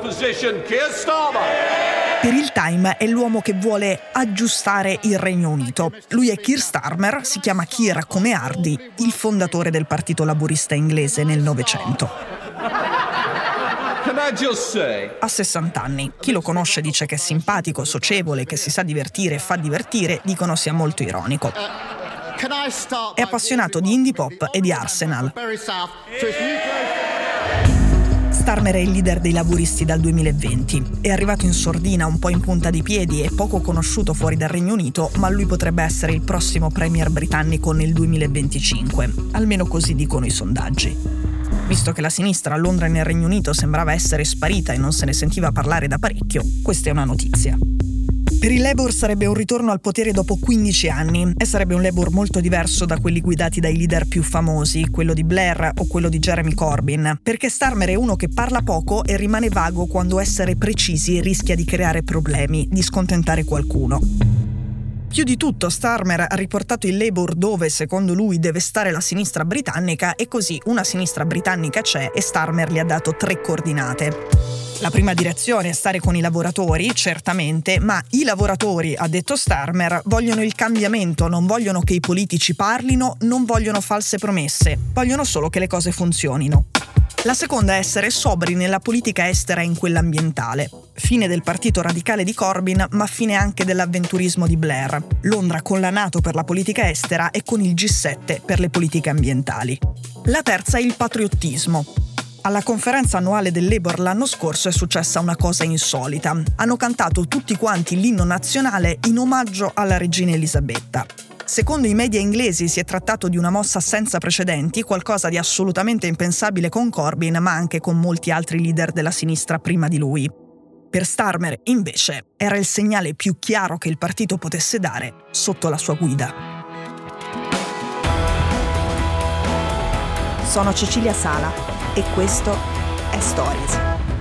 opposition, Keir Starmer. Per il Time è l'uomo che vuole aggiustare il Regno Unito. Lui è Keir Starmer, si chiama Keir come Hardy, il fondatore del Partito Laburista inglese nel Novecento. Ha 60 anni. Chi lo conosce dice che è simpatico, socievole, che si sa divertire e fa divertire, dicono sia molto ironico. È appassionato di indie pop e di Arsenal. Starmer è il leader dei laburisti dal 2020. È arrivato in sordina, un po' in punta di piedi e poco conosciuto fuori dal Regno Unito, ma lui potrebbe essere il prossimo premier britannico nel 2025. Almeno così dicono i sondaggi. Visto che la sinistra a Londra e nel Regno Unito sembrava essere sparita e non se ne sentiva parlare da parecchio, questa è una notizia. Per il Labour sarebbe un ritorno al potere dopo 15 anni e sarebbe un Labour molto diverso da quelli guidati dai leader più famosi, quello di Blair o quello di Jeremy Corbyn, perché Starmer è uno che parla poco e rimane vago quando essere precisi rischia di creare problemi, di scontentare qualcuno. Più di tutto, Starmer ha riportato il Labour dove, secondo lui, deve stare la sinistra britannica e così una sinistra britannica c'è e Starmer gli ha dato 3 coordinate. La prima direzione è stare con i lavoratori, certamente, ma i lavoratori, ha detto Starmer, vogliono il cambiamento, non vogliono che i politici parlino, non vogliono false promesse, vogliono solo che le cose funzionino. La seconda è essere sobri nella politica estera e in quella ambientale. Fine del partito radicale di Corbyn, ma fine anche dell'avventurismo di Blair. Londra con la NATO per la politica estera e con il G7 per le politiche ambientali. La terza è il patriottismo. Alla conferenza annuale del Labour l'anno scorso è successa una cosa insolita. Hanno cantato tutti quanti l'inno nazionale in omaggio alla regina Elisabetta. Secondo i media inglesi si è trattato di una mossa senza precedenti, qualcosa di assolutamente impensabile con Corbyn, ma anche con molti altri leader della sinistra prima di lui. Per Starmer, invece, era il segnale più chiaro che il partito potesse dare sotto la sua guida. Sono Cecilia Sala e questo è Stories.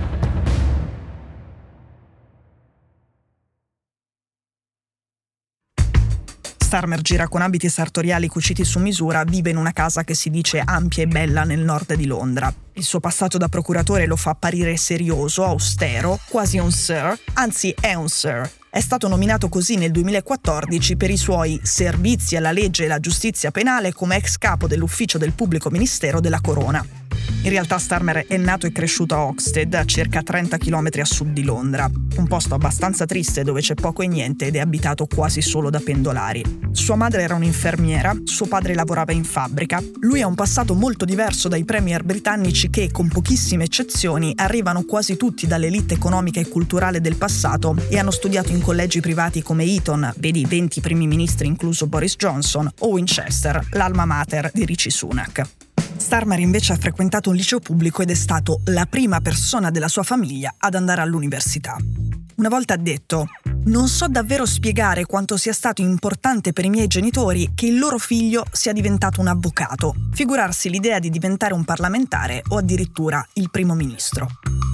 Starmer gira con abiti sartoriali cuciti su misura, vive in una casa che si dice ampia e bella nel nord di Londra. Il suo passato da procuratore lo fa apparire serioso, austero, quasi un sir, anzi è un sir. È stato nominato così nel 2014 per i suoi servizi alla legge e alla giustizia penale come ex capo dell'ufficio del pubblico ministero della Corona. In realtà Starmer è nato e cresciuto a Oxted, a circa 30 km a sud di Londra, un posto abbastanza triste dove c'è poco e niente ed è abitato quasi solo da pendolari. Sua madre era un'infermiera, suo padre lavorava in fabbrica. Lui ha un passato molto diverso dai premier britannici che, con pochissime eccezioni, arrivano quasi tutti dall'elite economica e culturale del passato e hanno studiato in collegi privati come Eton, vedi 20 primi ministri incluso Boris Johnson, o Winchester, l'alma mater di Rishi Sunak. Starmer invece ha frequentato un liceo pubblico ed è stato la prima persona della sua famiglia ad andare all'università. Una volta ha detto: «Non so davvero spiegare quanto sia stato importante per i miei genitori che il loro figlio sia diventato un avvocato, figurarsi l'idea di diventare un parlamentare o addirittura il primo ministro».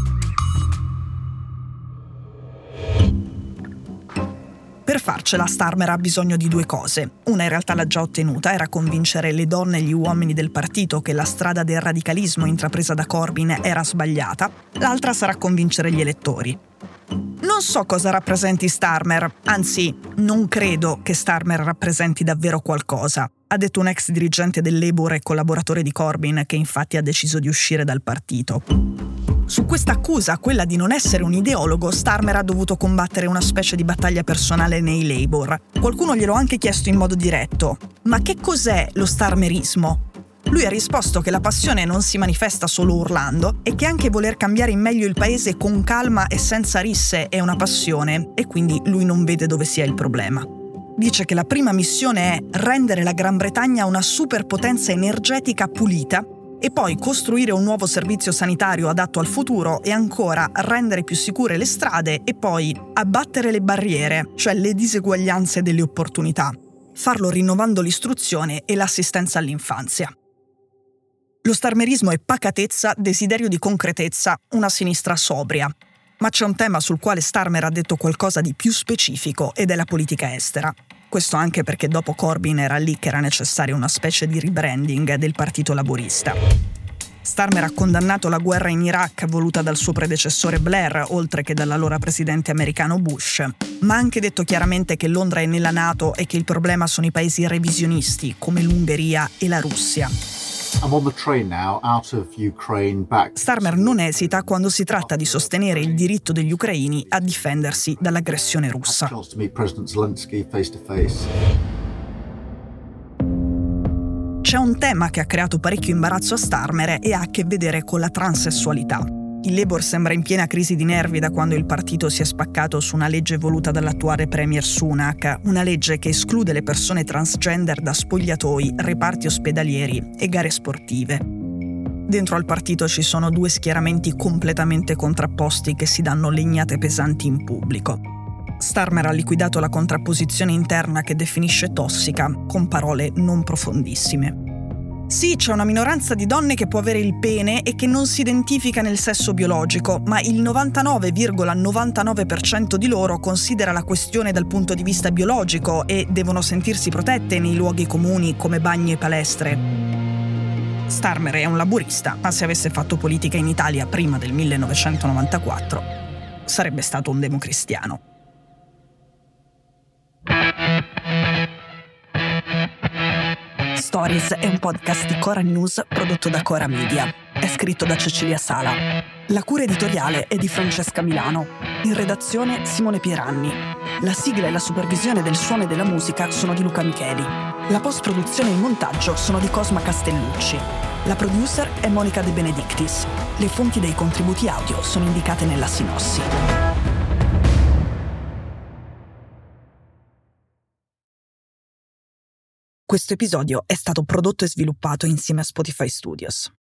Per farcela, Starmer ha bisogno di 2 cose. Una in realtà l'ha già ottenuta, era convincere le donne e gli uomini del partito che la strada del radicalismo intrapresa da Corbyn era sbagliata. L'altra sarà convincere gli elettori. Non so cosa rappresenti Starmer, anzi, non credo che Starmer rappresenti davvero qualcosa, ha detto un ex dirigente del Labour e collaboratore di Corbyn che infatti ha deciso di uscire dal partito. Su questa accusa, quella di non essere un ideologo, Starmer ha dovuto combattere una specie di battaglia personale nei Labour. Qualcuno glielo ha anche chiesto in modo diretto: ma che cos'è lo starmerismo? Lui ha risposto che la passione non si manifesta solo urlando e che anche voler cambiare in meglio il paese con calma e senza risse è una passione e quindi lui non vede dove sia il problema. Dice che la prima missione è rendere la Gran Bretagna una superpotenza energetica pulita e poi costruire un nuovo servizio sanitario adatto al futuro e ancora rendere più sicure le strade e poi abbattere le barriere, cioè le diseguaglianze delle opportunità. Farlo rinnovando l'istruzione e l'assistenza all'infanzia. Lo starmerismo è pacatezza, desiderio di concretezza, una sinistra sobria. Ma c'è un tema sul quale Starmer ha detto qualcosa di più specifico ed è la politica estera. Questo anche perché dopo Corbyn era lì che era necessaria una specie di rebranding del partito laburista. Starmer ha condannato la guerra in Iraq voluta dal suo predecessore Blair, oltre che dall'allora presidente americano Bush, ma ha anche detto chiaramente che Londra è nella NATO e che il problema sono i paesi revisionisti, come l'Ungheria e la Russia. Starmer non esita quando si tratta di sostenere il diritto degli ucraini a difendersi dall'aggressione russa. C'è un tema che ha creato parecchio imbarazzo a Starmer e ha a che vedere con la transessualità. Il Labour sembra in piena crisi di nervi da quando il partito si è spaccato su una legge voluta dall'attuale premier Sunak, una legge che esclude le persone transgender da spogliatoi, reparti ospedalieri e gare sportive. Dentro al partito ci sono due schieramenti completamente contrapposti che si danno legnate pesanti in pubblico. Starmer ha liquidato la contrapposizione interna che definisce tossica, con parole non profondissime. Sì, c'è una minoranza di donne che può avere il pene e che non si identifica nel sesso biologico, ma il 99,99% di loro considera la questione dal punto di vista biologico e devono sentirsi protette nei luoghi comuni come bagni e palestre. Starmer è un laburista, ma se avesse fatto politica in Italia prima del 1994, sarebbe stato un democristiano. Stories è un podcast di Cora News prodotto da Cora Media. È scritto da Cecilia Sala. La cura editoriale è di Francesca Milano. In redazione Simone Pieranni. La sigla e la supervisione del suono e della musica sono di Luca Micheli. La post-produzione e il montaggio sono di Cosma Castellucci. La producer è Monica De Benedictis. Le fonti dei contributi audio sono indicate nella sinossi. Questo episodio è stato prodotto e sviluppato insieme a Spotify Studios.